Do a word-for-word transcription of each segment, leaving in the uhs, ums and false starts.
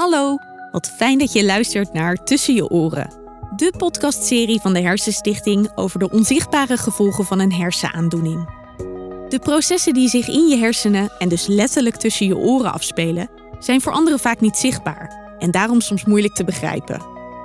Hallo, wat fijn dat je luistert naar Tussen je oren. De podcastserie van de Hersenstichting over de onzichtbare gevolgen van een hersenaandoening. De processen die zich in je hersenen en dus letterlijk tussen je oren afspelen, zijn voor anderen vaak niet zichtbaar en daarom soms moeilijk te begrijpen.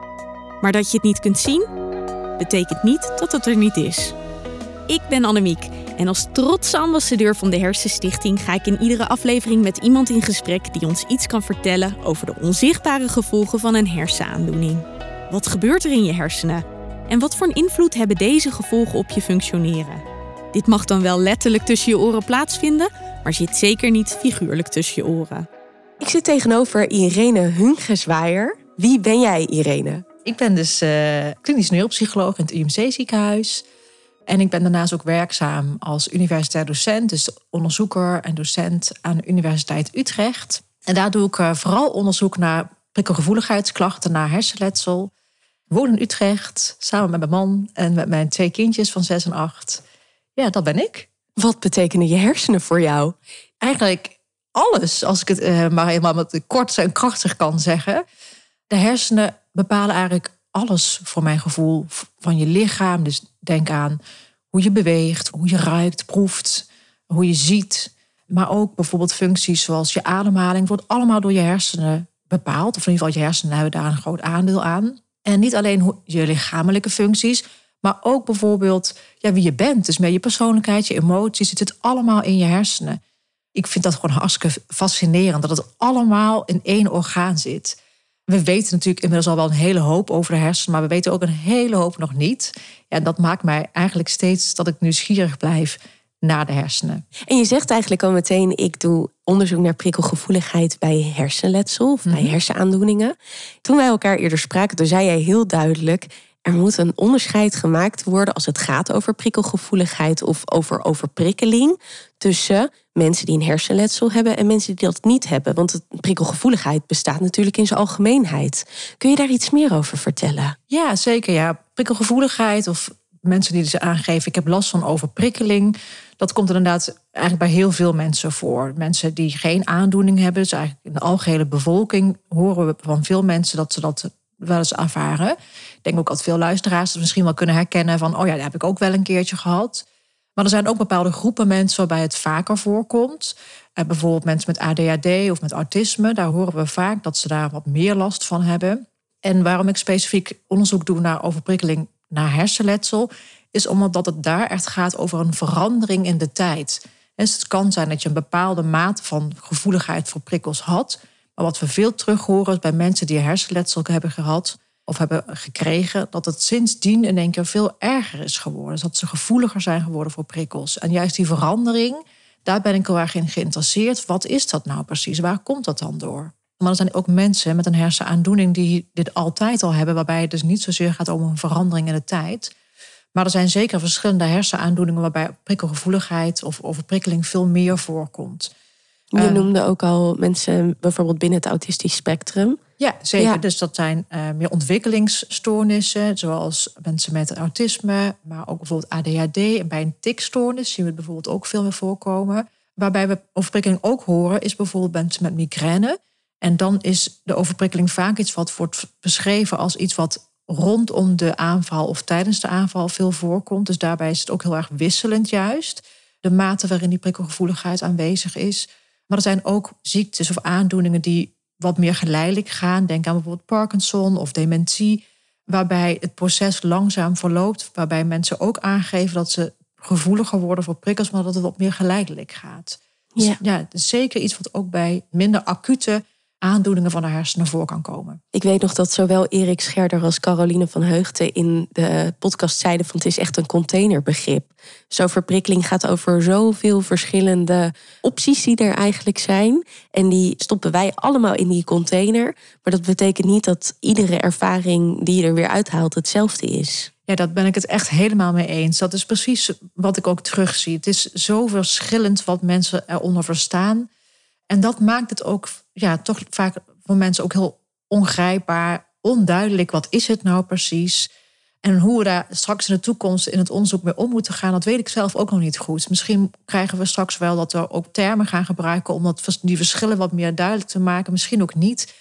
Maar dat je het niet kunt zien, betekent niet dat het er niet is. Ik ben Annemiek en als trotse ambassadeur van de Hersenstichting ga ik in iedere aflevering met iemand in gesprek die ons iets kan vertellen over de onzichtbare gevolgen van een hersenaandoening. Wat gebeurt er in je hersenen? En wat voor een invloed hebben deze gevolgen op je functioneren? Dit mag dan wel letterlijk tussen je oren plaatsvinden, maar zit zeker niet figuurlijk tussen je oren. Ik zit tegenover Irene Hungeswaaier. Wie ben jij, Irene? Ik ben dus uh, klinisch neuropsycholoog in het U M C-ziekenhuis. En ik ben daarnaast ook werkzaam als universitair docent, dus onderzoeker en docent aan de Universiteit Utrecht. En daar doe ik uh, vooral onderzoek naar prikkelgevoeligheidsklachten, naar hersenletsel. Ik woon in Utrecht, samen met mijn man en met mijn twee kindjes van zes en acht. Ja, dat ben ik. Wat betekenen je hersenen voor jou? Eigenlijk alles, als ik het uh, maar helemaal met kort en krachtig kan zeggen. De hersenen bepalen eigenlijk alles voor mijn gevoel van je lichaam. Dus denk aan hoe je beweegt, hoe je ruikt, proeft, hoe je ziet. Maar ook bijvoorbeeld functies zoals je ademhaling wordt allemaal door je hersenen bepaald. Of in ieder geval je hersenen hebben daar een groot aandeel aan. En niet alleen je lichamelijke functies, maar ook bijvoorbeeld ja, wie je bent. Dus met je persoonlijkheid, je emoties, het zit allemaal in je hersenen. Ik vind dat gewoon hartstikke fascinerend, dat het allemaal in één orgaan zit. We weten natuurlijk inmiddels al wel een hele hoop over de hersenen, maar we weten ook een hele hoop nog niet. Ja, en dat maakt mij eigenlijk steeds dat ik nieuwsgierig blijf naar de hersenen. En je zegt eigenlijk al meteen, ik doe onderzoek naar prikkelgevoeligheid bij hersenletsel of mm-hmm. bij hersenaandoeningen. Toen wij elkaar eerder spraken, toen zei jij heel duidelijk, er moet een onderscheid gemaakt worden als het gaat over prikkelgevoeligheid of over overprikkeling tussen mensen die een hersenletsel hebben en mensen die dat niet hebben. Want het prikkelgevoeligheid bestaat natuurlijk in zijn algemeenheid. Kun je daar iets meer over vertellen? Ja, zeker. Ja. Prikkelgevoeligheid of mensen die dus aangeven, ik heb last van overprikkeling. Dat komt inderdaad eigenlijk bij heel veel mensen voor. Mensen die geen aandoening hebben. Dus eigenlijk in de algehele bevolking horen we van veel mensen dat ze dat wel eens ervaren. Ik denk ook dat veel luisteraars het misschien wel kunnen herkennen van, oh ja, dat heb ik ook wel een keertje gehad. Maar er zijn ook bepaalde groepen mensen waarbij het vaker voorkomt. Eh, bijvoorbeeld mensen met A D H D of met autisme. Daar horen we vaak dat ze daar wat meer last van hebben. En waarom ik specifiek onderzoek doe naar overprikkeling naar hersenletsel, is omdat het daar echt gaat over een verandering in de tijd. Dus het kan zijn dat je een bepaalde mate van gevoeligheid voor prikkels had. Maar wat we veel terug horen is bij mensen die hersenletsel hebben gehad of hebben gekregen, dat het sindsdien in één keer veel erger is geworden. Dus dat ze gevoeliger zijn geworden voor prikkels. En juist die verandering, daar ben ik heel erg in geïnteresseerd. Wat is dat nou precies? Waar komt dat dan door? Maar er zijn ook mensen met een hersenaandoening die dit altijd al hebben, waarbij het dus niet zozeer gaat om een verandering in de tijd. Maar er zijn zeker verschillende hersenaandoeningen waarbij prikkelgevoeligheid of overprikkeling veel meer voorkomt. Je noemde ook al mensen bijvoorbeeld binnen het autistisch spectrum. Ja, zeker. Ja. Dus dat zijn uh, meer ontwikkelingsstoornissen, zoals mensen met autisme, maar ook bijvoorbeeld A D H D. En bij een tikstoornis zien we het bijvoorbeeld ook veel meer voorkomen. Waarbij we overprikkeling ook horen, is bijvoorbeeld mensen met migraine. En dan is de overprikkeling vaak iets wat wordt beschreven als iets wat rondom de aanval of tijdens de aanval veel voorkomt. Dus daarbij is het ook heel erg wisselend juist, de mate waarin die prikkelgevoeligheid aanwezig is. Maar er zijn ook ziektes of aandoeningen die wat meer geleidelijk gaan. Denk aan bijvoorbeeld Parkinson of dementie, waarbij het proces langzaam verloopt, waarbij mensen ook aangeven dat ze gevoeliger worden voor prikkels, maar dat het wat meer geleidelijk gaat. Dus ja, ja het is zeker iets wat ook bij minder acute aandoeningen van de hersenen voor kan komen. Ik weet nog dat zowel Erik Scherder als Caroline van Heugten in de podcast zeiden van het is echt een containerbegrip. Zo overprikkeling gaat over zoveel verschillende opties die er eigenlijk zijn. En die stoppen wij allemaal in die container. Maar dat betekent niet dat iedere ervaring die je er weer uithaalt hetzelfde is. Ja, daar ben ik het echt helemaal mee eens. Dat is precies wat ik ook terugzie. Het is zo verschillend wat mensen eronder verstaan. En dat maakt het ook ja, toch vaak voor mensen ook heel ongrijpbaar, onduidelijk. Wat is het nou precies? En hoe we daar straks in de toekomst in het onderzoek mee om moeten gaan, dat weet ik zelf ook nog niet goed. Misschien krijgen we straks wel dat we ook termen gaan gebruiken om dat, die verschillen wat meer duidelijk te maken. Misschien ook niet.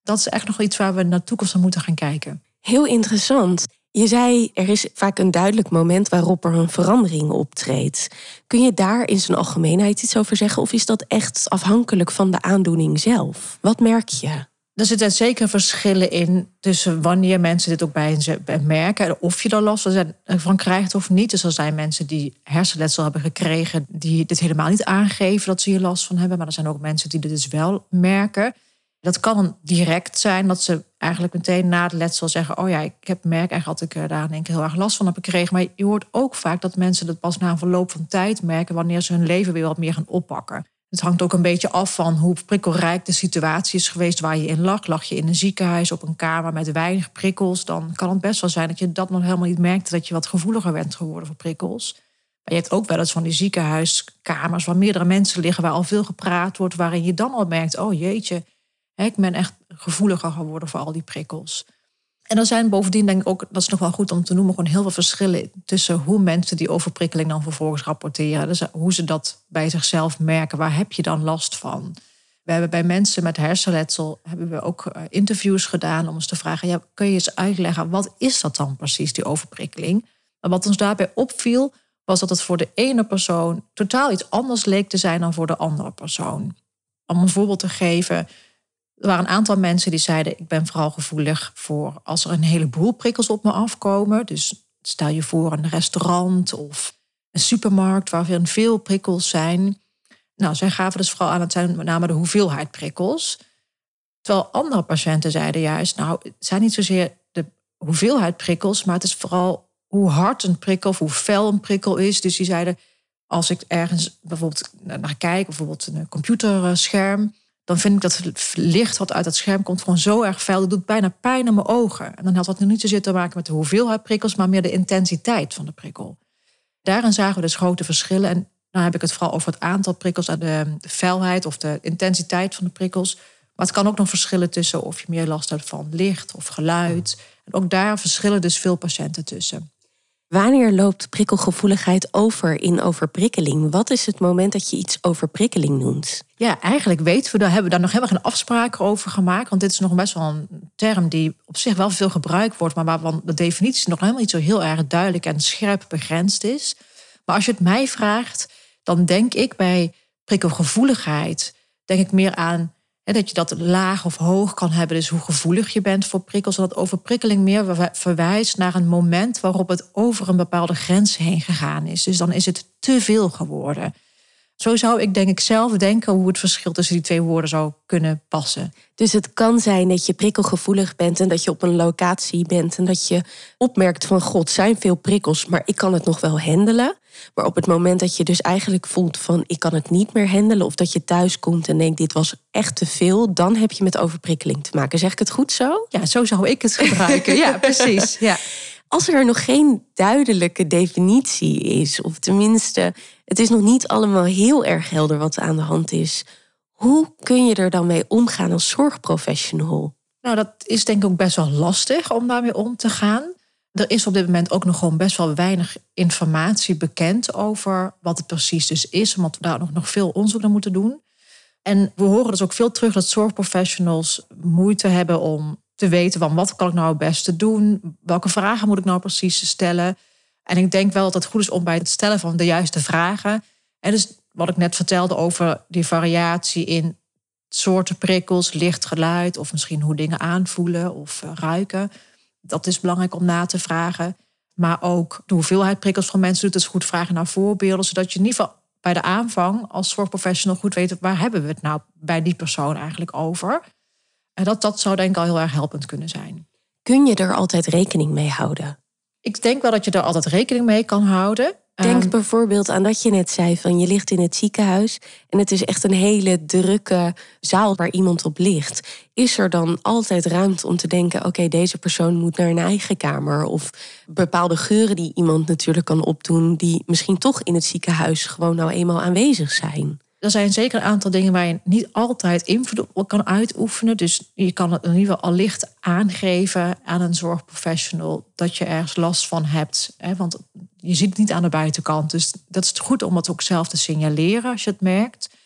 dat is echt nog iets waar we naar de toekomst aan moeten gaan kijken. Heel interessant. Je zei, er is vaak een duidelijk moment waarop er een verandering optreedt. Kun je daar in zijn algemeenheid iets over zeggen? Of is dat echt afhankelijk van de aandoening zelf? Wat merk je? Er zitten zeker verschillen in tussen wanneer mensen dit ook bij ze merken. Of je er last van krijgt of niet. Dus er zijn mensen die hersenletsel hebben gekregen, die dit helemaal niet aangeven dat ze hier last van hebben. Maar er zijn ook mensen die dit dus wel merken. Dat kan direct zijn dat ze eigenlijk meteen na het letsel zeggen, oh ja, ik heb merk eigenlijk dat ik daar in één keer heel erg last van heb gekregen. Maar je hoort ook vaak dat mensen dat pas na een verloop van tijd merken wanneer ze hun leven weer wat meer gaan oppakken. Het hangt ook een beetje af van hoe prikkelrijk de situatie is geweest waar je in lag. Lag je in een ziekenhuis op een kamer met weinig prikkels, dan kan het best wel zijn dat je dat nog helemaal niet merkte, dat je wat gevoeliger bent geworden voor prikkels. Maar je hebt ook wel eens van die ziekenhuiskamers waar meerdere mensen liggen, waar al veel gepraat wordt, waarin je dan al merkt, oh jeetje, ik ben echt gevoeliger geworden voor al die prikkels. En er zijn bovendien, denk ik ook, dat is nog wel goed om te noemen, gewoon heel veel verschillen tussen hoe mensen die overprikkeling dan vervolgens rapporteren. Dus hoe ze dat bij zichzelf merken. Waar heb je dan last van? We hebben bij mensen met hersenletsel hebben we ook interviews gedaan om eens te vragen, ja, kun je eens uitleggen, wat is dat dan precies, die overprikkeling? En wat ons daarbij opviel, was dat het voor de ene persoon totaal iets anders leek te zijn dan voor de andere persoon. Om een voorbeeld te geven, er waren een aantal mensen die zeiden, ik ben vooral gevoelig voor als er een heleboel prikkels op me afkomen. Dus stel je voor een restaurant of een supermarkt waarin veel prikkels zijn. Nou, zij gaven dus vooral aan, het zijn met name de hoeveelheid prikkels. Terwijl andere patiënten zeiden juist, nou, het zijn niet zozeer de hoeveelheid prikkels, maar het is vooral hoe hard een prikkel of hoe fel een prikkel is. Dus die zeiden, als ik ergens bijvoorbeeld naar kijk, bijvoorbeeld een computerscherm, dan vind ik dat het licht wat uit het scherm komt gewoon zo erg fel. Dat doet bijna pijn aan mijn ogen. En dan had dat niet zozeer te maken met de hoeveelheid prikkels, maar meer de intensiteit van de prikkel. Daarin zagen we dus grote verschillen. En dan heb ik het vooral over het aantal prikkels en de, de felheid of de intensiteit van de prikkels. Maar het kan ook nog verschillen tussen of je meer last hebt van licht of geluid. En ook daar verschillen dus veel patiënten tussen. Wanneer loopt prikkelgevoeligheid over in overprikkeling? Wat is het moment dat je iets overprikkeling noemt? Ja, eigenlijk weten we, daar hebben we daar nog helemaal geen afspraken over gemaakt. Want dit is nog best wel een term die op zich wel veel gebruikt wordt, maar waarvan de definitie nog helemaal niet zo heel erg duidelijk en scherp begrensd is. Maar als je het mij vraagt, dan denk ik bij prikkelgevoeligheid, denk ik meer aan hè, dat je dat laag of hoog kan hebben. Dus hoe gevoelig je bent voor prikkels. En dat overprikkeling meer verwijst naar een moment waarop het over een bepaalde grens heen gegaan is. Dus dan is het te veel geworden. Zo zou ik denk ik zelf denken hoe het verschil tussen die twee woorden zou kunnen passen. Dus het kan zijn dat je prikkelgevoelig bent en dat je op een locatie bent en dat je opmerkt van god, zijn veel prikkels, maar ik kan het nog wel handelen. Maar op het moment dat je dus eigenlijk voelt van ik kan het niet meer handelen, of dat je thuis komt en denkt dit was echt te veel, dan heb je met overprikkeling te maken. Zeg ik het goed zo? Ja, zo zou ik het gebruiken. Ja, precies. Ja. Als er nog geen duidelijke definitie is, of tenminste, het is nog niet allemaal heel erg helder wat er aan de hand is, hoe kun je er dan mee omgaan als zorgprofessional? Nou, dat is denk ik ook best wel lastig om daarmee om te gaan. Er is op dit moment ook nog gewoon best wel weinig informatie bekend over wat het precies dus is, omdat we daar nog, nog veel onderzoek naar moeten doen. En we horen dus ook veel terug dat zorgprofessionals moeite hebben om te weten van wat kan ik nou het beste doen, welke vragen moet ik nou precies stellen. En ik denk wel dat het goed is om bij het stellen van de juiste vragen. En dus wat ik net vertelde over die variatie in soorten prikkels, licht, geluid, of misschien hoe dingen aanvoelen of ruiken. Dat is belangrijk om na te vragen. Maar ook de hoeveelheid prikkels van mensen doet. Dus goed vragen naar voorbeelden, zodat je in ieder geval bij de aanvang als zorgprofessional goed weet waar hebben we het nou bij die persoon eigenlijk over. En dat, dat zou denk ik al heel erg helpend kunnen zijn. Kun je er altijd rekening mee houden? Ik denk wel dat je er altijd rekening mee kan houden. Denk um, bijvoorbeeld aan dat je net zei van je ligt in het ziekenhuis en het is echt een hele drukke zaal waar iemand op ligt. Is er dan altijd ruimte om te denken, oké, okay, deze persoon moet naar een eigen kamer? Of bepaalde geuren die iemand natuurlijk kan opdoen, die misschien toch in het ziekenhuis gewoon nou eenmaal aanwezig zijn? Er zijn zeker een aantal dingen waar je niet altijd invloed op kan uitoefenen. Dus je kan het in ieder geval allicht aangeven aan een zorgprofessional dat je ergens last van hebt. Hè? Want je ziet het niet aan de buitenkant. Dus dat is goed om het ook zelf te signaleren als je het merkt.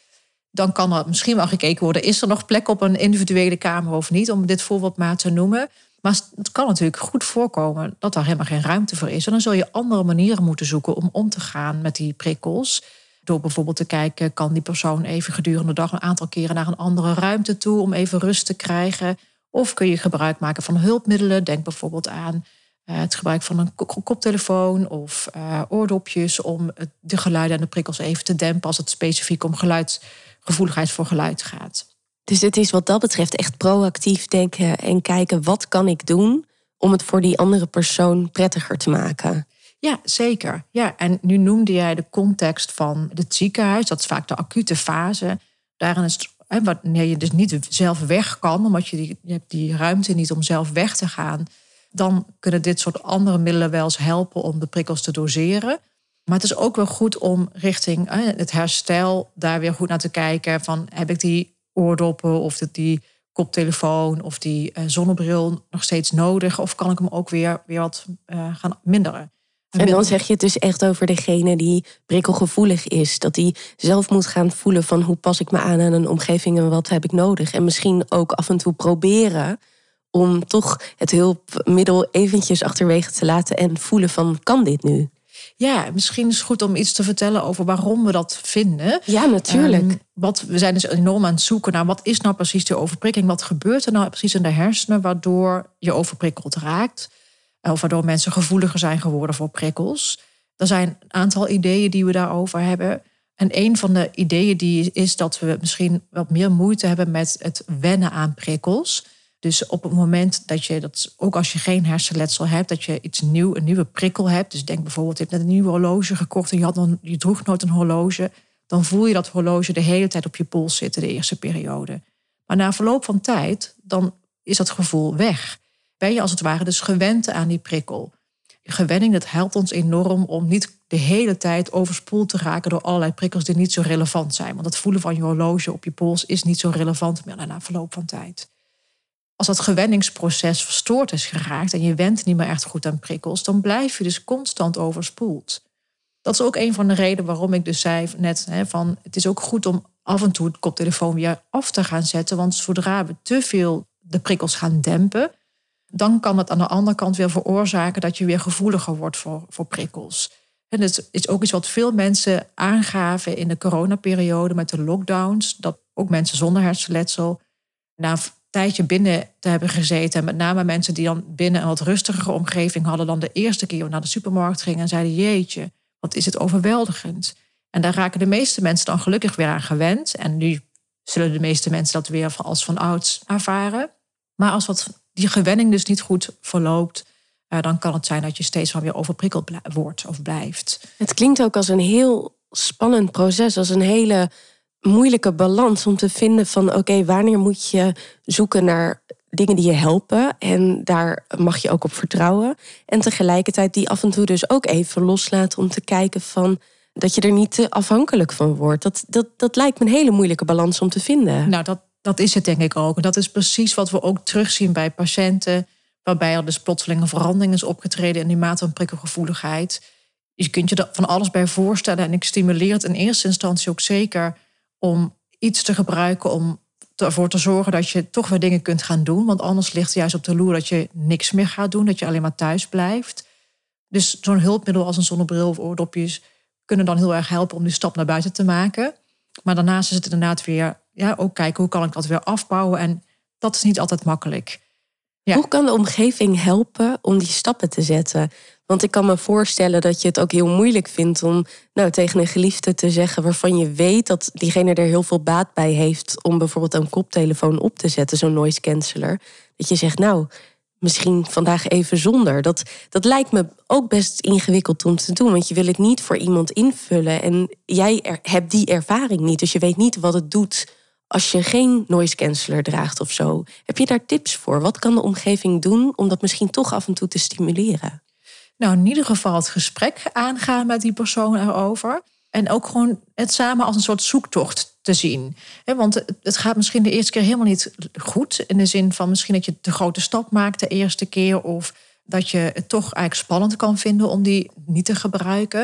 Dan kan er misschien wel gekeken worden, is er nog plek op een individuele kamer of niet, om dit voorbeeld maar te noemen. Maar het kan natuurlijk goed voorkomen dat daar helemaal geen ruimte voor is. En dan zul je andere manieren moeten zoeken om om te gaan met die prikkels. Door bijvoorbeeld te kijken, kan die persoon even gedurende de dag een aantal keren naar een andere ruimte toe om even rust te krijgen. Of kun je gebruik maken van hulpmiddelen. Denk bijvoorbeeld aan uh, het gebruik van een koptelefoon of uh, oordopjes om de geluiden en de prikkels even te dempen als het specifiek om geluidsgevoeligheid voor geluid gaat. Dus het is wat dat betreft echt proactief denken en kijken, wat kan ik doen om het voor die andere persoon prettiger te maken? Ja, zeker. Ja, en nu noemde jij de context van het ziekenhuis. Dat is vaak de acute fase. Daarin is het, wanneer je dus niet zelf weg kan, omdat je, die, je hebt die ruimte niet om zelf weg te gaan, dan kunnen dit soort andere middelen wel eens helpen om de prikkels te doseren. Maar het is ook wel goed om richting het herstel daar weer goed naar te kijken. Van, heb ik die oordoppen of die koptelefoon of die zonnebril nog steeds nodig? Of kan ik hem ook weer, weer wat uh, gaan minderen? En dan zeg je het dus echt over degene die prikkelgevoelig is. Dat die zelf moet gaan voelen van, hoe pas ik me aan aan een omgeving en wat heb ik nodig? En misschien ook af en toe proberen om toch het hulpmiddel eventjes achterwege te laten en voelen van, kan dit nu? Ja, misschien is het goed om iets te vertellen over waarom we dat vinden. Ja, natuurlijk. Um, wat, we zijn dus enorm aan het zoeken naar, wat is nou precies die overprikking? Wat gebeurt er nou precies in de hersenen waardoor je overprikkeld raakt? Of waardoor mensen gevoeliger zijn geworden voor prikkels. Er zijn een aantal ideeën die we daarover hebben. En een van de ideeën die is dat we misschien wat meer moeite hebben met het wennen aan prikkels. Dus op het moment dat je, dat, ook als je geen hersenletsel hebt, dat je iets nieuw, een nieuwe prikkel hebt. Dus denk bijvoorbeeld, je hebt net een nieuw horloge gekocht en je, had een, je droeg nooit een horloge. Dan voel je dat horloge de hele tijd op je pols zitten, de eerste periode. Maar na verloop van tijd, dan is dat gevoel weg. Ben je als het ware dus gewend aan die prikkel. Gewenning, dat helpt ons enorm om niet de hele tijd overspoeld te raken door allerlei prikkels die niet zo relevant zijn. Want het voelen van je horloge op je pols is niet zo relevant meer na verloop van tijd. Als dat gewenningsproces verstoord is geraakt en je went niet meer echt goed aan prikkels, dan blijf je dus constant overspoeld. Dat is ook een van de redenen waarom ik dus zei net, hè, van het is ook goed om af en toe de koptelefoon weer af te gaan zetten. Want zodra we te veel de prikkels gaan dempen, dan kan het aan de andere kant weer veroorzaken dat je weer gevoeliger wordt voor, voor prikkels. En het is ook iets wat veel mensen aangaven in de coronaperiode met de lockdowns. Dat ook mensen zonder hersenletsel na een tijdje binnen te hebben gezeten. En met name mensen die dan binnen een wat rustigere omgeving hadden dan de eerste keer naar de supermarkt gingen en zeiden, jeetje, wat is het overweldigend. En daar raken de meeste mensen dan gelukkig weer aan gewend. En nu zullen de meeste mensen dat weer als van ouds ervaren. Maar als wat die gewenning dus niet goed verloopt, uh, dan kan het zijn dat je steeds wel weer overprikkeld bl- wordt of blijft. Het klinkt ook als een heel spannend proces, als een hele moeilijke balans om te vinden van, oké, okay, wanneer moet je zoeken naar dingen die je helpen en daar mag je ook op vertrouwen. En tegelijkertijd die af en toe dus ook even loslaten om te kijken van dat je er niet te afhankelijk van wordt. Dat, dat, dat lijkt me een hele moeilijke balans om te vinden. Nou, dat Dat is het denk ik ook. En dat is precies wat we ook terugzien bij patiënten, waarbij er dus plotseling een verandering is opgetreden in die mate van prikkelgevoeligheid. Je kunt je er van alles bij voorstellen. En ik stimuleer het in eerste instantie ook zeker om iets te gebruiken om ervoor te zorgen dat je toch weer dingen kunt gaan doen. Want anders ligt het juist op de loer dat je niks meer gaat doen, dat je alleen maar thuis blijft. Dus zo'n hulpmiddel als een zonnebril of oordopjes kunnen dan heel erg helpen om die stap naar buiten te maken. Maar daarnaast is het inderdaad weer, ja, ook kijken hoe kan ik dat weer afbouwen. En dat is niet altijd makkelijk. Ja. Hoe kan de omgeving helpen om die stappen te zetten? Want ik kan me voorstellen dat je het ook heel moeilijk vindt om nou, tegen een geliefde te zeggen waarvan je weet dat diegene er heel veel baat bij heeft om bijvoorbeeld een koptelefoon op te zetten, zo'n noise canceller. Dat je zegt, nou, misschien vandaag even zonder. Dat, dat lijkt me ook best ingewikkeld om te doen, want je wil het niet voor iemand invullen en jij er, hebt die ervaring niet, dus je weet niet wat het doet als je geen noise canceller draagt of zo. Heb je daar tips voor? Wat kan de omgeving doen om dat misschien toch af en toe te stimuleren? Nou, in ieder geval het gesprek aangaan met die persoon erover. En ook gewoon het samen als een soort zoektocht te zien. Want het gaat misschien de eerste keer helemaal niet goed. In de zin van misschien dat je de grote stap maakt de eerste keer. Of dat je het toch eigenlijk spannend kan vinden om die niet te gebruiken.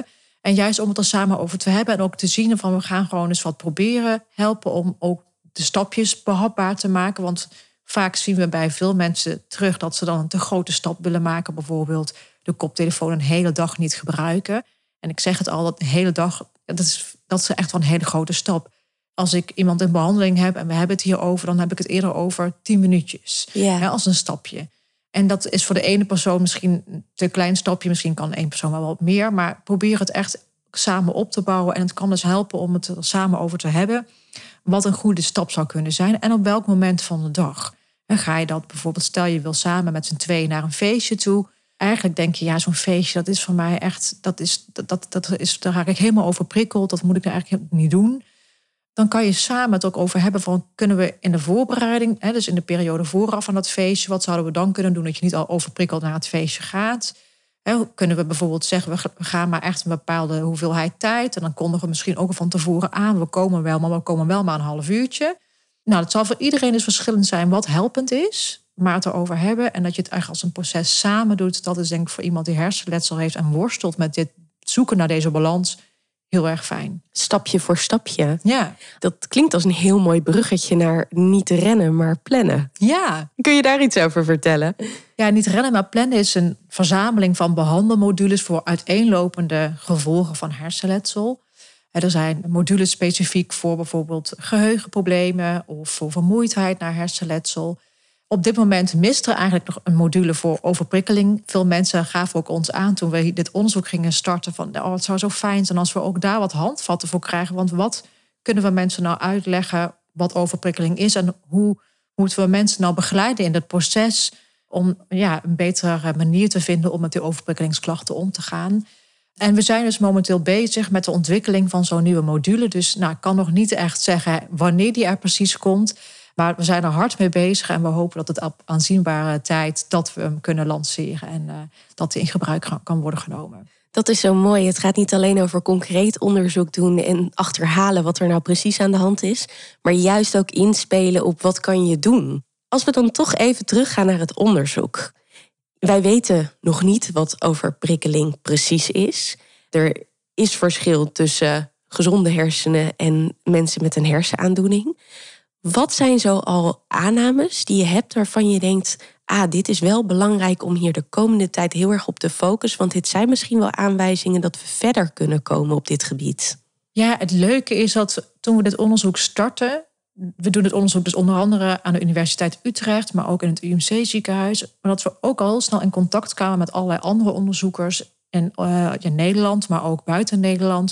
En juist om het er samen over te hebben en ook te zien van we gaan gewoon eens wat proberen helpen om ook de stapjes behapbaar te maken. Want vaak zien we bij veel mensen terug dat ze dan een te grote stap willen maken. Bijvoorbeeld de koptelefoon een hele dag niet gebruiken. En ik zeg het al, dat de hele dag, dat is, dat is echt wel een hele grote stap. Als ik iemand in behandeling heb en we hebben het hierover, dan heb ik het eerder over tien minuutjes. Ja. Hè, als een stapje. En dat is voor de ene persoon misschien een te klein stapje. Misschien kan één persoon wel wat meer. Maar probeer het echt samen op te bouwen. En het kan dus helpen om het er samen over te hebben. Wat een goede stap zou kunnen zijn. En op welk moment van de dag. En ga je dat bijvoorbeeld, stel je wil samen met z'n tweeën naar een feestje toe. Eigenlijk denk je, ja, zo'n feestje, dat is voor mij echt, dat is, dat, dat, dat is, daar raak ik helemaal overprikkeld. Dat moet ik eigenlijk niet doen. Dan kan je samen het ook over hebben van, kunnen we in de voorbereiding, hè, dus in de periode vooraf aan dat feestje, wat zouden we dan kunnen doen dat je niet al overprikkeld naar het feestje gaat? Hè, kunnen we bijvoorbeeld zeggen, we gaan maar echt een bepaalde hoeveelheid tijd en dan kondigen we misschien ook van tevoren aan, we komen wel, maar we komen wel maar een half uurtje. Nou, het zal voor iedereen dus verschillend zijn wat helpend is, maar het erover hebben en dat je het eigenlijk als een proces samen doet, dat is denk ik voor iemand die hersenletsel heeft en worstelt met dit zoeken naar deze balans heel erg fijn. Stapje voor stapje. Ja. Dat klinkt als een heel mooi bruggetje naar niet rennen, maar plannen. Ja. Kun je daar iets over vertellen? Ja, niet rennen, maar plannen is een verzameling van behandelmodules voor uiteenlopende gevolgen van hersenletsel. Er zijn modules specifiek voor bijvoorbeeld geheugenproblemen of voor vermoeidheid naar hersenletsel. Op dit moment mist er eigenlijk nog een module voor overprikkeling. Veel mensen gaven ook ons aan toen we dit onderzoek gingen starten van, oh, het zou zo fijn zijn als we ook daar wat handvatten voor krijgen. Want wat kunnen we mensen nou uitleggen wat overprikkeling is en hoe moeten we mensen nou begeleiden in het proces om ja, een betere manier te vinden om met die overprikkelingsklachten om te gaan. En we zijn dus momenteel bezig met de ontwikkeling van zo'n nieuwe module. Dus nou, ik kan nog niet echt zeggen wanneer die er precies komt. Maar we zijn er hard mee bezig en we hopen dat het op aanzienbare tijd dat we hem kunnen lanceren en uh, dat hij in gebruik kan worden genomen. Dat is zo mooi. Het gaat niet alleen over concreet onderzoek doen en achterhalen wat er nou precies aan de hand is, maar juist ook inspelen op wat kan je doen. Als we dan toch even teruggaan naar het onderzoek. Wij weten nog niet wat overprikkeling precies is. Er is verschil tussen gezonde hersenen en mensen met een hersenaandoening. Wat zijn zo al aannames die je hebt waarvan je denkt, ah, dit is wel belangrijk om hier de komende tijd heel erg op te focussen, want dit zijn misschien wel aanwijzingen dat we verder kunnen komen op dit gebied? Ja, het leuke is dat toen we dit onderzoek starten, we doen het onderzoek dus onder andere aan de Universiteit Utrecht, maar ook in het U M C-ziekenhuis, maar dat we ook al snel in contact kwamen met allerlei andere onderzoekers in, uh, in Nederland, maar ook buiten Nederland,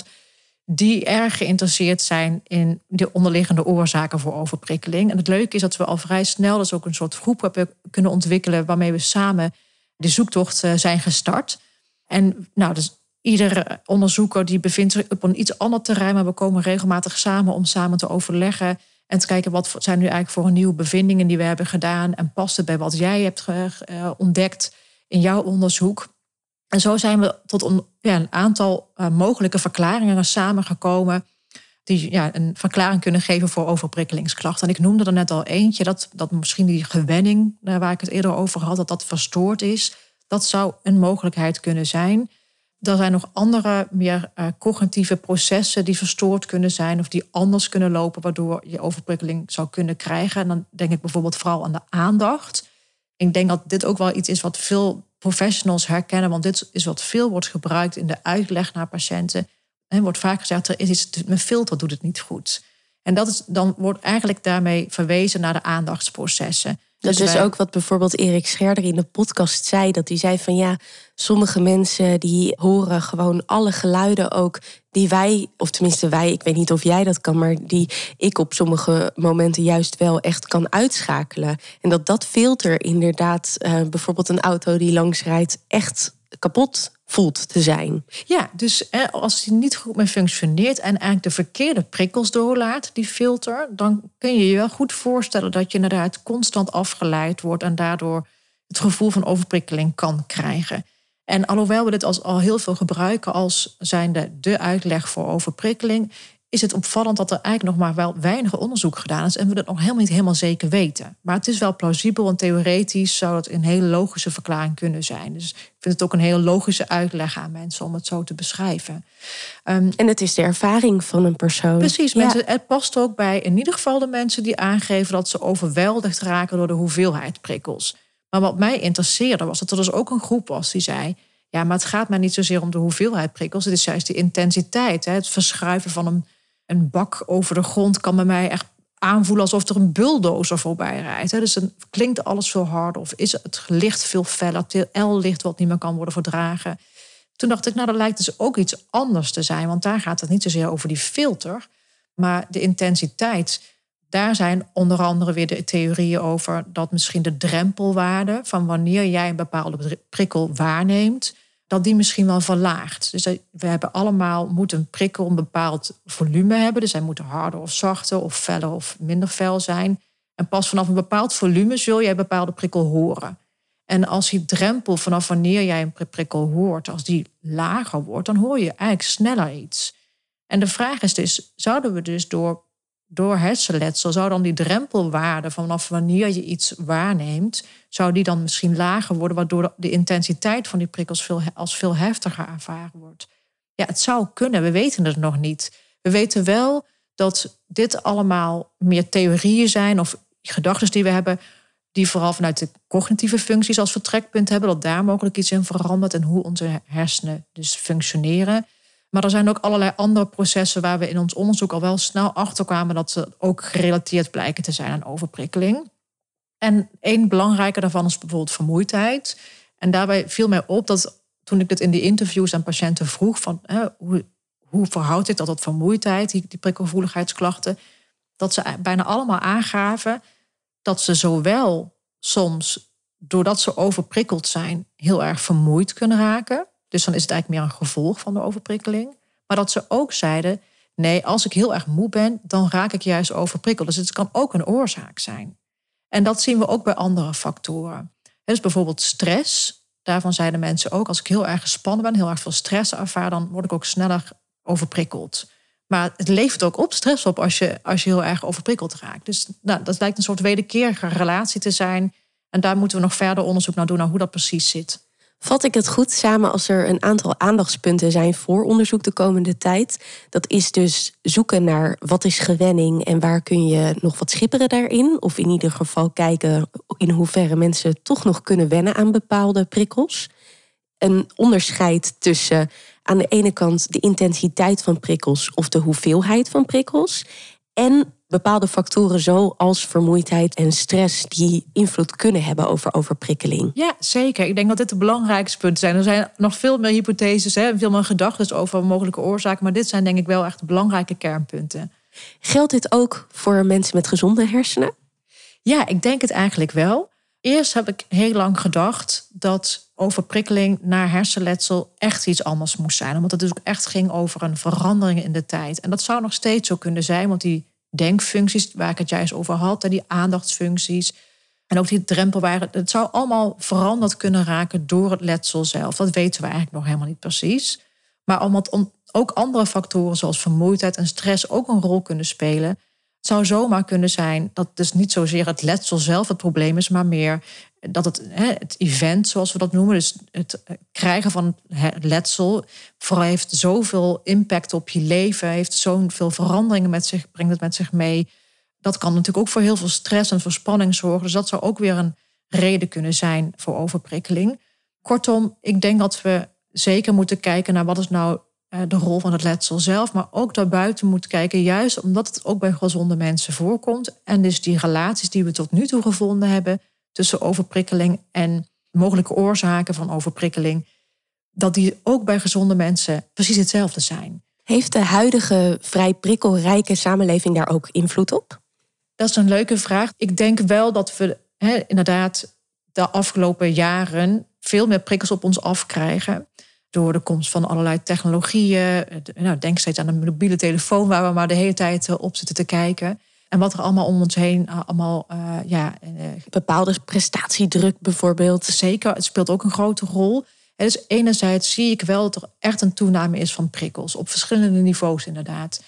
die erg geïnteresseerd zijn in de onderliggende oorzaken voor overprikkeling. En het leuke is dat we al vrij snel dus ook een soort groep hebben kunnen ontwikkelen waarmee we samen de zoektocht zijn gestart. En nou, dus iedere onderzoeker die bevindt zich op een iets ander terrein, maar we komen regelmatig samen om samen te overleggen en te kijken wat zijn nu eigenlijk voor een nieuwe bevindingen die we hebben gedaan en past het bij wat jij hebt ontdekt in jouw onderzoek. En zo zijn we tot een, ja, een aantal uh, mogelijke verklaringen samengekomen die ja, een verklaring kunnen geven voor overprikkelingsklachten. En ik noemde er net al eentje, dat, dat misschien die gewenning, uh, waar ik het eerder over had, dat dat verstoord is. Dat zou een mogelijkheid kunnen zijn. Er zijn nog andere, meer uh, cognitieve processen die verstoord kunnen zijn of die anders kunnen lopen, waardoor je overprikkeling zou kunnen krijgen. En dan denk ik bijvoorbeeld vooral aan de aandacht. Ik denk dat dit ook wel iets is wat veel professionals herkennen, want dit is wat veel wordt gebruikt in de uitleg naar patiënten. Er wordt vaak gezegd, er is iets, mijn filter doet het niet goed. En dat is, dan wordt eigenlijk daarmee verwezen naar de aandachtsprocessen. Dat dus is wij... ook wat bijvoorbeeld Erik Scherder in de podcast zei. Dat hij zei van ja, sommige mensen die horen gewoon alle geluiden ook die wij, of tenminste wij, ik weet niet of jij dat kan, maar die ik op sommige momenten juist wel echt kan uitschakelen. En dat dat filter inderdaad uh, bijvoorbeeld een auto die langs rijdt echt kapot voelt te zijn. Ja, dus eh, als die niet goed meer functioneert en eigenlijk de verkeerde prikkels doorlaat, die filter, dan kun je je wel goed voorstellen dat je inderdaad constant afgeleid wordt en daardoor het gevoel van overprikkeling kan krijgen. En alhoewel we dit als, al heel veel gebruiken als zijnde de uitleg voor overprikkeling, is het opvallend dat er eigenlijk nog maar wel weinig onderzoek gedaan is en we dat nog helemaal niet helemaal zeker weten. Maar het is wel plausibel en theoretisch zou het een hele logische verklaring kunnen zijn. Dus ik vind het ook een hele logische uitleg aan mensen om het zo te beschrijven. Um, en het is de ervaring van een persoon. Precies, ja. mensen, het past ook bij in ieder geval de mensen die aangeven dat ze overweldigd raken door de hoeveelheid prikkels. Maar wat mij interesseerde was dat er dus ook een groep was die zei, ja, maar het gaat mij niet zozeer om de hoeveelheid prikkels, het is juist de intensiteit. Hè, het verschuiven van een Een bak over de grond kan bij mij echt aanvoelen alsof er een bulldozer voorbij rijdt. Dus dan klinkt alles veel harder of is het licht veel feller, het L-licht wat niet meer kan worden verdragen. Toen dacht ik, nou, dat lijkt dus ook iets anders te zijn, want daar gaat het niet zozeer over die filter, maar de intensiteit. Daar zijn onder andere weer de theorieën over dat misschien de drempelwaarde van wanneer jij een bepaalde prikkel waarneemt, dat die misschien wel verlaagt. Dus we hebben allemaal, moeten een prikkel een bepaald volume hebben. Dus hij moet harder of zachter of feller of minder fel zijn. En pas vanaf een bepaald volume zul jij een bepaalde prikkel horen. En als die drempel vanaf wanneer jij een prikkel hoort, als die lager wordt, dan hoor je eigenlijk sneller iets. En de vraag is dus, zouden we dus door, door hersenletsel, zou dan die drempelwaarde vanaf wanneer je iets waarneemt, zou die dan misschien lager worden, waardoor de intensiteit van die prikkels veel, als veel heftiger ervaren wordt? Ja, het zou kunnen, we weten het nog niet. We weten wel dat dit allemaal meer theorieën zijn of gedachten die we hebben, die vooral vanuit de cognitieve functies als vertrekpunt hebben, dat daar mogelijk iets in verandert en hoe onze hersenen dus functioneren. Maar er zijn ook allerlei andere processen waar we in ons onderzoek al wel snel achter kwamen dat ze ook gerelateerd blijken te zijn aan overprikkeling. En één belangrijke daarvan is bijvoorbeeld vermoeidheid. En daarbij viel mij op dat toen ik dit in die interviews aan patiënten vroeg van hè, hoe, hoe verhoudt dit dat tot vermoeidheid, die, die prikkelgevoeligheidsklachten, dat ze bijna allemaal aangaven dat ze zowel soms, doordat ze overprikkeld zijn, heel erg vermoeid kunnen raken. Dus dan is het eigenlijk meer een gevolg van de overprikkeling. Maar dat ze ook zeiden, nee, als ik heel erg moe ben, dan raak ik juist overprikkeld. Dus het kan ook een oorzaak zijn. En dat zien we ook bij andere factoren. Dus bijvoorbeeld stress. Daarvan zeiden mensen ook, als ik heel erg gespannen ben, heel erg veel stress ervaar, dan word ik ook sneller overprikkeld. Maar het levert ook op stress op als je, als je heel erg overprikkeld raakt. Dus nou, dat lijkt een soort wederkerige relatie te zijn. En daar moeten we nog verder onderzoek naar doen, naar hoe dat precies zit. Vat ik het goed samen als er een aantal aandachtspunten zijn voor onderzoek de komende tijd? Dat is dus zoeken naar wat is gewenning en waar kun je nog wat schipperen daarin? Of in ieder geval kijken in hoeverre mensen toch nog kunnen wennen aan bepaalde prikkels. Een onderscheid tussen aan de ene kant de intensiteit van prikkels of de hoeveelheid van prikkels. En bepaalde factoren zoals vermoeidheid en stress die invloed kunnen hebben over overprikkeling. Ja, zeker. Ik denk dat dit de belangrijkste punten zijn. Er zijn nog veel meer hypotheses, hè, veel meer gedachten over mogelijke oorzaken, maar dit zijn denk ik wel echt de belangrijke kernpunten. Geldt dit ook voor mensen met gezonde hersenen? Ja, ik denk het eigenlijk wel. Eerst heb ik heel lang gedacht dat overprikkeling naar hersenletsel echt iets anders moest zijn. Omdat het dus ook echt ging over een verandering in de tijd. En dat zou nog steeds zo kunnen zijn, want die denkfuncties waar ik het juist over had, die aandachtsfuncties en ook die drempelwaarde, het zou allemaal veranderd kunnen raken door het letsel zelf. Dat weten we eigenlijk nog helemaal niet precies. Maar omdat ook andere factoren zoals vermoeidheid en stress ook een rol kunnen spelen, het zou zomaar kunnen zijn dat dus niet zozeer het letsel zelf het probleem is, maar meer dat het, het event, zoals we dat noemen, dus het krijgen van het letsel, vooral heeft zoveel impact op je leven, heeft zoveel veranderingen met zich, brengt het met zich mee. Dat kan natuurlijk ook voor heel veel stress en voor spanning zorgen. Dus dat zou ook weer een reden kunnen zijn voor overprikkeling. Kortom, ik denk dat we zeker moeten kijken naar wat is nou de rol van het letsel zelf, maar ook daarbuiten moeten kijken, juist omdat het ook bij gezonde mensen voorkomt. En dus die relaties die we tot nu toe gevonden hebben tussen overprikkeling en mogelijke oorzaken van overprikkeling, dat die ook bij gezonde mensen precies hetzelfde zijn. Heeft de huidige vrij prikkelrijke samenleving daar ook invloed op? Dat is een leuke vraag. Ik denk wel dat we he, inderdaad de afgelopen jaren veel meer prikkels op ons afkrijgen. Door de komst van allerlei technologieën. Nou, denk steeds aan een mobiele telefoon waar we maar de hele tijd op zitten te kijken. En wat er allemaal om ons heen allemaal, uh, ja... Uh, bepaalde prestatiedruk bijvoorbeeld. Zeker, het speelt ook een grote rol. En dus enerzijds zie ik wel dat er echt een toename is van prikkels. Op verschillende niveaus inderdaad.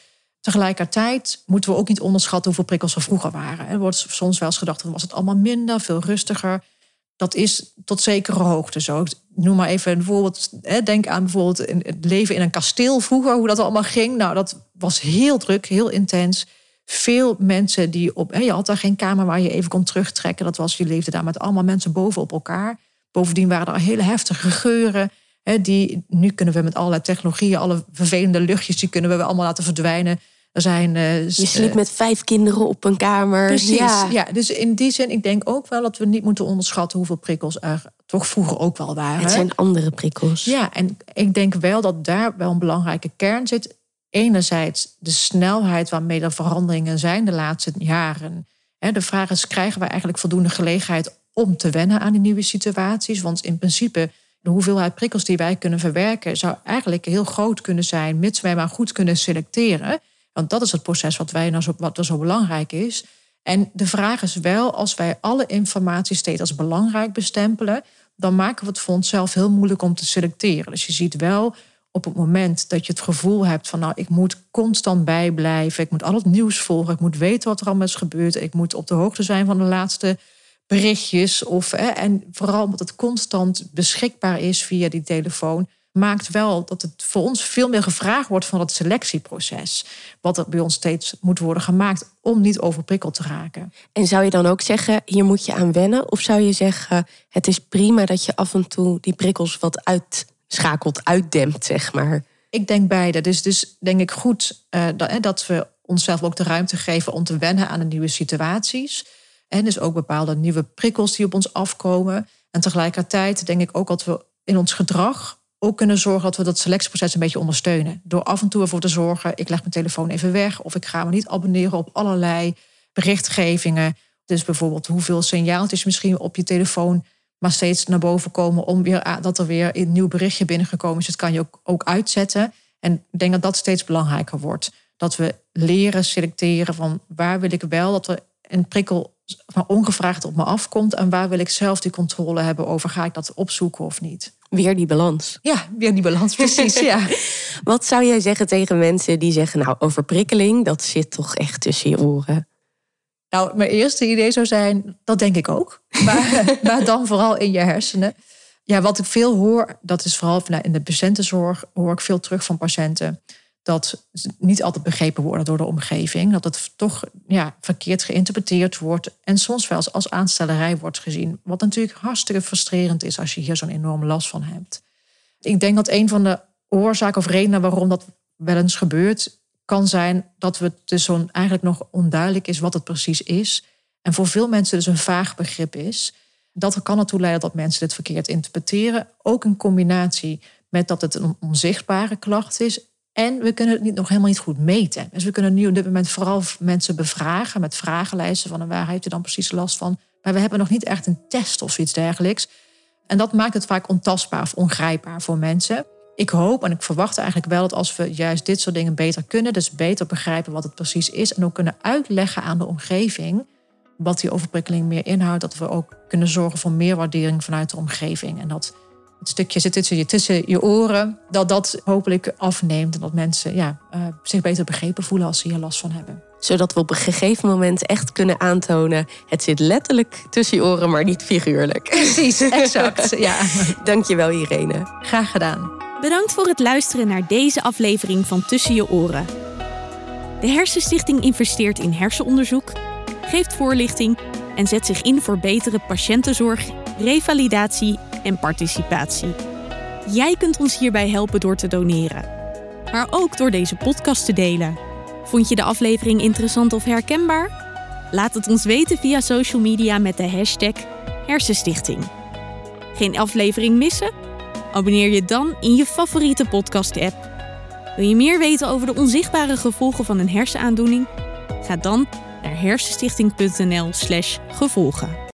Tegelijkertijd moeten we ook niet onderschatten hoeveel prikkels er vroeger waren. Er wordt soms wel eens gedacht, dan was het allemaal minder, veel rustiger. Dat is tot zekere hoogte zo. Ik noem maar even een voorbeeld. Denk aan bijvoorbeeld het leven in een kasteel vroeger, hoe dat allemaal ging. Nou, dat was heel druk, heel intens. Veel mensen die op... Je had daar geen kamer waar je even kon terugtrekken. Dat was, je leefde daar met allemaal mensen boven op elkaar. Bovendien waren er hele heftige geuren. Die, nu kunnen we met allerlei technologieën, alle vervelende luchtjes, die kunnen we allemaal laten verdwijnen. Er zijn, uh, je sliep met vijf kinderen op een kamer. Precies, ja. ja. Dus in die zin, ik denk ook wel dat we niet moeten onderschatten hoeveel prikkels er toch vroeger ook wel waren. Het zijn andere prikkels. Ja, en ik denk wel dat daar wel een belangrijke kern zit. Enerzijds de snelheid waarmee er veranderingen zijn de laatste jaren. De vraag is, krijgen we eigenlijk voldoende gelegenheid om te wennen aan die nieuwe situaties? Want in principe, de hoeveelheid prikkels die wij kunnen verwerken zou eigenlijk heel groot kunnen zijn, mits wij maar goed kunnen selecteren. Want dat is het proces wat, wij nou zo, wat er zo belangrijk is. En de vraag is wel, als wij alle informatie steeds als belangrijk bestempelen, dan maken we het voor onszelf heel moeilijk om te selecteren. Dus je ziet wel op het moment dat je het gevoel hebt van, nou, ik moet constant bijblijven, ik moet al het nieuws volgen, ik moet weten wat er allemaal is gebeurd, ik moet op de hoogte zijn van de laatste berichtjes. Of, hè, en vooral omdat het constant beschikbaar is via die telefoon, maakt wel dat het voor ons veel meer gevraagd wordt van het selectieproces. Wat er bij ons steeds moet worden gemaakt om niet overprikkeld te raken. En zou je dan ook zeggen, hier moet je aan wennen? Of zou je zeggen, het is prima dat je af en toe die prikkels wat uitschakelt, uitdempt, zeg maar? Ik denk beide. Dus, dus denk ik goed uh, dat, dat we onszelf ook de ruimte geven om te wennen aan de nieuwe situaties. En dus ook bepaalde nieuwe prikkels die op ons afkomen. En tegelijkertijd denk ik ook dat we in ons gedrag ook kunnen zorgen dat we dat selectieproces een beetje ondersteunen. Door af en toe ervoor te zorgen, ik leg mijn telefoon even weg, of ik ga me niet abonneren op allerlei berichtgevingen. Dus bijvoorbeeld hoeveel signaaltjes misschien op je telefoon maar steeds naar boven komen om weer dat er weer een nieuw berichtje binnengekomen is. Dat kan je ook, ook uitzetten. En ik denk dat dat steeds belangrijker wordt. Dat we leren selecteren van waar wil ik wel dat er een prikkel maar ongevraagd op me afkomt en waar wil ik zelf die controle hebben over, ga ik dat opzoeken of niet. Weer die balans. Ja, weer die balans, precies. Ja. Wat zou jij zeggen tegen mensen die zeggen, nou, overprikkeling, dat zit toch echt tussen je oren? Nou, mijn eerste idee zou zijn, dat denk ik ook. Maar, maar dan vooral in je hersenen. Ja, wat ik veel hoor, dat is vooral in de patiëntenzorg, hoor ik veel terug van patiënten, dat ze niet altijd begrepen worden door de omgeving. Dat het toch ja, verkeerd geïnterpreteerd wordt. En soms wel als aanstellerij wordt gezien. Wat natuurlijk hartstikke frustrerend is als je hier zo'n enorme last van hebt. Ik denk dat een van de oorzaken of redenen waarom dat wel eens gebeurt, kan zijn dat het dus zo'n eigenlijk nog onduidelijk is wat het precies is. En voor veel mensen dus een vaag begrip is. Dat kan ertoe leiden dat mensen dit verkeerd interpreteren. Ook in combinatie met dat het een onzichtbare klacht is. En we kunnen het niet, nog helemaal niet goed meten. Dus we kunnen nu op dit moment vooral mensen bevragen met vragenlijsten van waar heeft u dan precies last van. Maar we hebben nog niet echt een test of iets dergelijks. En dat maakt het vaak ontastbaar of ongrijpbaar voor mensen. Ik hoop en ik verwacht eigenlijk wel dat als we juist dit soort dingen beter kunnen, dus beter begrijpen wat het precies is en ook kunnen uitleggen aan de omgeving wat die overprikkeling meer inhoudt, dat we ook kunnen zorgen voor meer waardering vanuit de omgeving. En dat het stukje zit tussen je, tussen je oren, dat dat hopelijk afneemt en dat mensen ja, uh, zich beter begrepen voelen als ze hier last van hebben. Zodat we op een gegeven moment echt kunnen aantonen, het zit letterlijk tussen je oren, maar niet figuurlijk. Precies, exact. Ja. Dankjewel, Irene. Graag gedaan. Bedankt voor het luisteren naar deze aflevering van Tussen je oren. De Hersenstichting investeert in hersenonderzoek, geeft voorlichting en zet zich in voor betere patiëntenzorg, revalidatie en participatie. Jij kunt ons hierbij helpen door te doneren, maar ook door deze podcast te delen. Vond je de aflevering interessant of herkenbaar? Laat het ons weten via social media met de hashtag Hersenstichting. Geen aflevering missen? Abonneer je dan in je favoriete podcast-app. Wil je meer weten over de onzichtbare gevolgen van een hersenaandoening? Ga dan naar hersenstichting punt n l slash gevolgen.